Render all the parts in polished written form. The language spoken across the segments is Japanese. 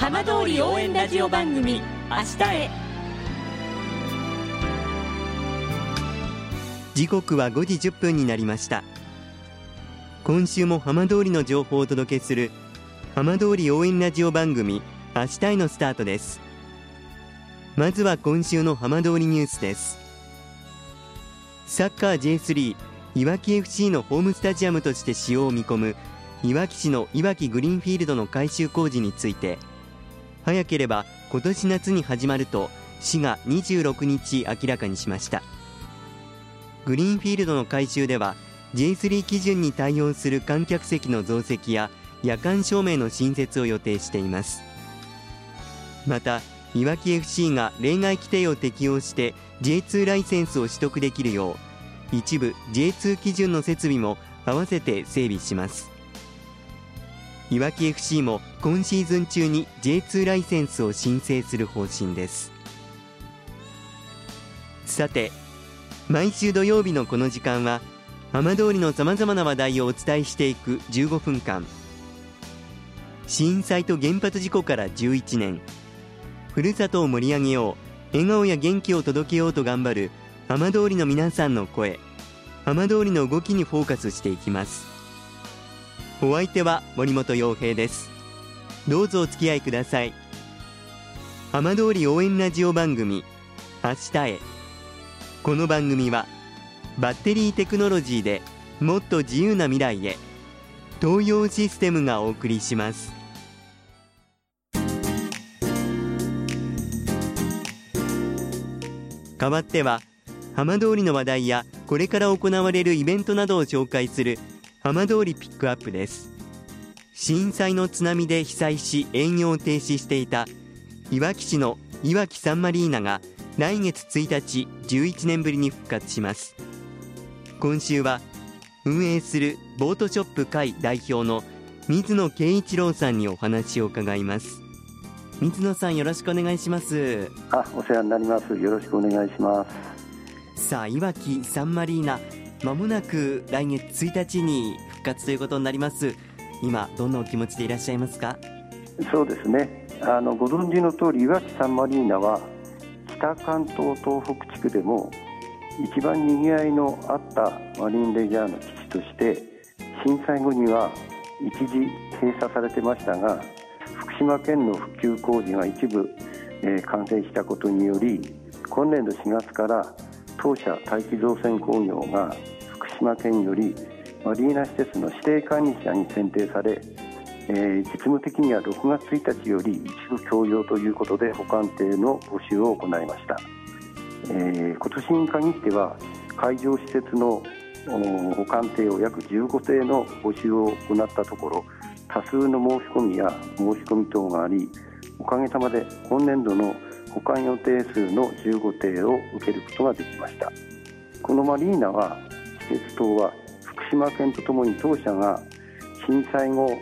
浜通り応援ラジオ番組明日へ。 時刻は5時10分になりました。今週も浜通りの情報をお届けする浜通り応援ラジオ番組明日へのスタートです。まずは今週の浜通りニュースです。サッカー J3 いわき FC のホームスタジアムとして使用を見込むいわき市のいわきグリーンフィールドの改修工事について、早ければ今年夏に始まると市が26日明らかにしました。グリーンフィールドの改修では J3 基準に対応する観客席の増設や夜間照明の新設を予定しています。またいわき FC が例外規定を適用して J2 ライセンスを取得できるよう一部 J2 基準の設備も合わせて整備します。いわき FC も今シーズン中に J2 ライセンスを申請する方針です。さて、毎週土曜日のこの時間は浜通りのさまざまな話題をお伝えしていく15分間。震災と原発事故から11年、ふるさとを盛り上げよう、笑顔や元気を届けようと頑張る浜通りの皆さんの声、浜通りの動きにフォーカスしていきます。お相手は森本洋平です。どうぞお付き合いください。浜通り応援ラジオ番組明日へ。この番組はバッテリーテクノロジーでもっと自由な未来へ、東洋システムがお送りします。代わっては浜通りの話題やこれから行われるイベントなどを紹介する浜通りピックアップです。震災の津波で被災し営業を停止していたいわき市のいわきサンマリーナが来月1日11年ぶりに復活します。今週は運営するボートショップ会代表の水野圭一郎さんにお話を伺います。水野さん、よろしくお願いします。 お世話になります。よろしくお願いします。 さあ、いわきサンマリーナ、まもなく来月1日に復活ということになります。今どんなお気持ちでいらっしゃいますか？ そうですね、ご存知の通りいわきサンマリーナは北関東東北地区でも一番にぎわいのあったマリンレジャーの基地として震災後には一時閉鎖されてましたが、福島県の復旧工事が一部、完成したことにより今年度4月から当社大気造船工業が福島県よりマリーナ施設の指定管理者に選定され、実務的には6月1日より一部供用ということで保管艇の募集を行いました。今年に限っては海上施設の保管艇を約15艇の募集を行ったところ、多数の申し込みや申し込み等があり、おかげさまで今年度の保管予定数の15艇を受けることができました。このマリーナは施設等は福島県とともに当社が震災後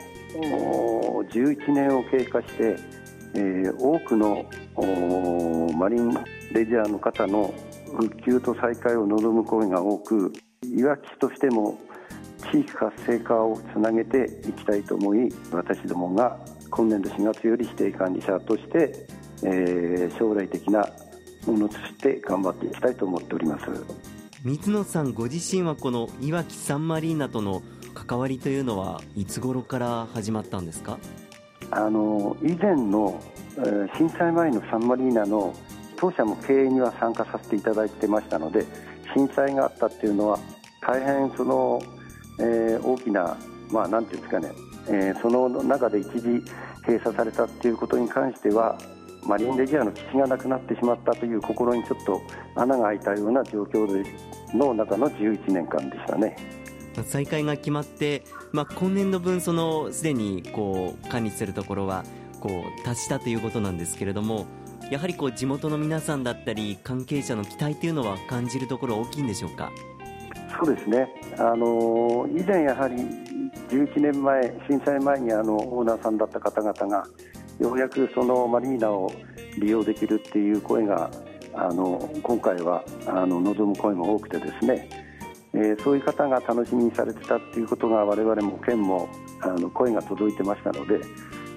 11年を経過して、多くのマリンレジャーの方の復旧と再開を望む声が多く、いわき市としても地域活性化をつなげていきたいと思い、私どもが今年度4月より指定管理者として、将来的なものとして頑張っていきたいと思っております。 水野さんご自身はこのいわきサンマリーナとの関わりというのはいつ頃から始まったんですか？ 以前の、震災前のサンマリーナの当社も経営には参加させていただいてましたので、震災があったっていうのは大変大きな、なんていうんですかね、その中で一時閉鎖されたっていうことに関してはマリンレジャーの基地がなくなってしまったという心にちょっと穴が開いたような状況の中の11年間でしたね。 再開が決まって、今年度分すでに管理するところは達したということなんですけれども、やはり地元の皆さんだったり関係者の期待というのは感じるところ大きいんでしょうか？ そうですね、以前やはり11年前震災前にオーナーさんだった方々がようやくそのマリーナを利用できるっていう声が今回は望む声も多くてですね、そういう方が楽しみにされてたっていうことが我々も県も声が届いてましたので、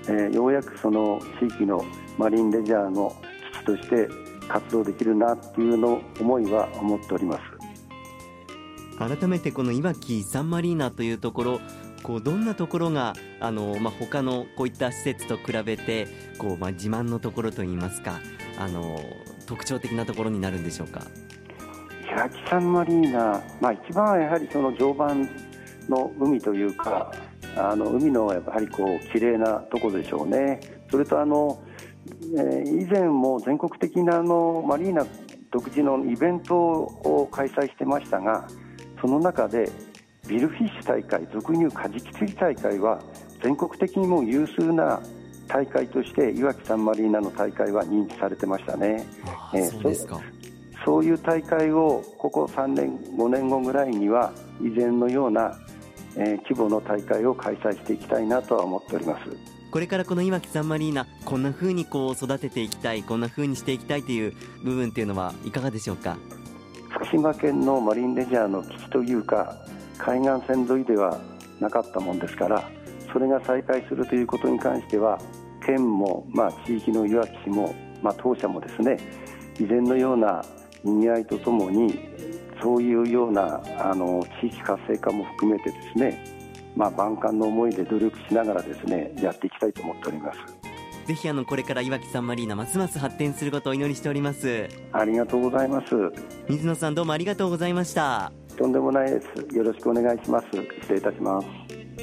ようやくその地域のマリンレジャーの基地として活動できるなっていうの思いは思っております。 改めてこのいわきサンマリーナというところ、どんなところが他のこういった施設と比べて自慢のところといいますか、特徴的なところになるんでしょうか。 いわきサンマリーナ、一番はやはりその常磐の海というか、海のやっぱり綺麗なところでしょうね。それと以前も全国的なマリーナ独自のイベントを開催してましたが、その中でビルフィッシュ大会、俗に言うカジキ釣り大会は全国的にも有数な大会としていわきサンマリーナの大会は認知されてましたね。 そうですか。 そういう大会をここ3年5年後ぐらいには以前のような、規模の大会を開催していきたいなとは思っております。 これからこのいわきサンマリーナ、こんな風に育てていきたい、こんな風にしていきたいという部分っていうのはいかがでしょうか。 福島県のマリンレジャーの基地というか海岸線沿いではなかったもんですから、それが再開するということに関しては県も、地域のいわき市も、当社もですね、以前のような賑わいとともにそういうような地域活性化も含めてですね、万感の思いで努力しながらですねやっていきたいと思っております。 ぜひこれからいわきサンマリーナますます発展することをお祈りしております。 ありがとうございます。 水野さん、どうもありがとうございました。 とんでもないです。よろしくお願いします。失礼いたします。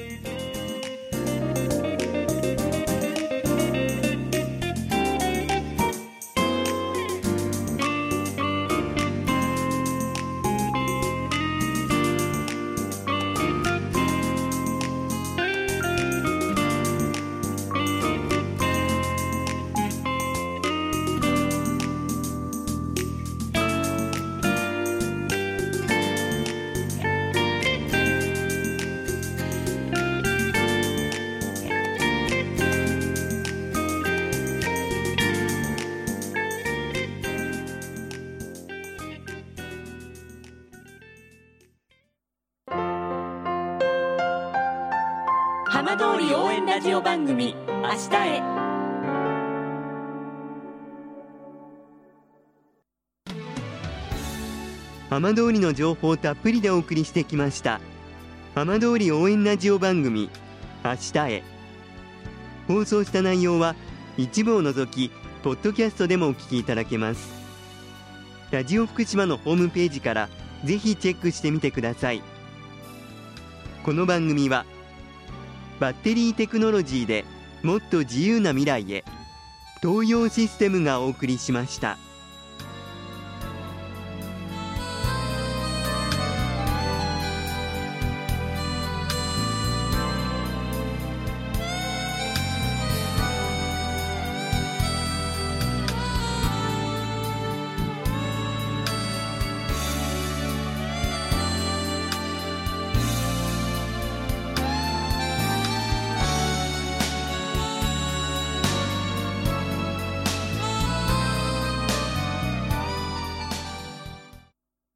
浜通り応援ラジオ番組明日へ。 浜通りの情報をたっぷりでお送りしてきました浜通り応援ラジオ番組明日へ。放送した内容は一部を除きポッドキャストでもお聞きいただけます。ラジオ福島のホームページからぜひチェックしてみてください。この番組はバッテリーテクノロジーでもっと自由な未来へ、東洋システムがお送りしました。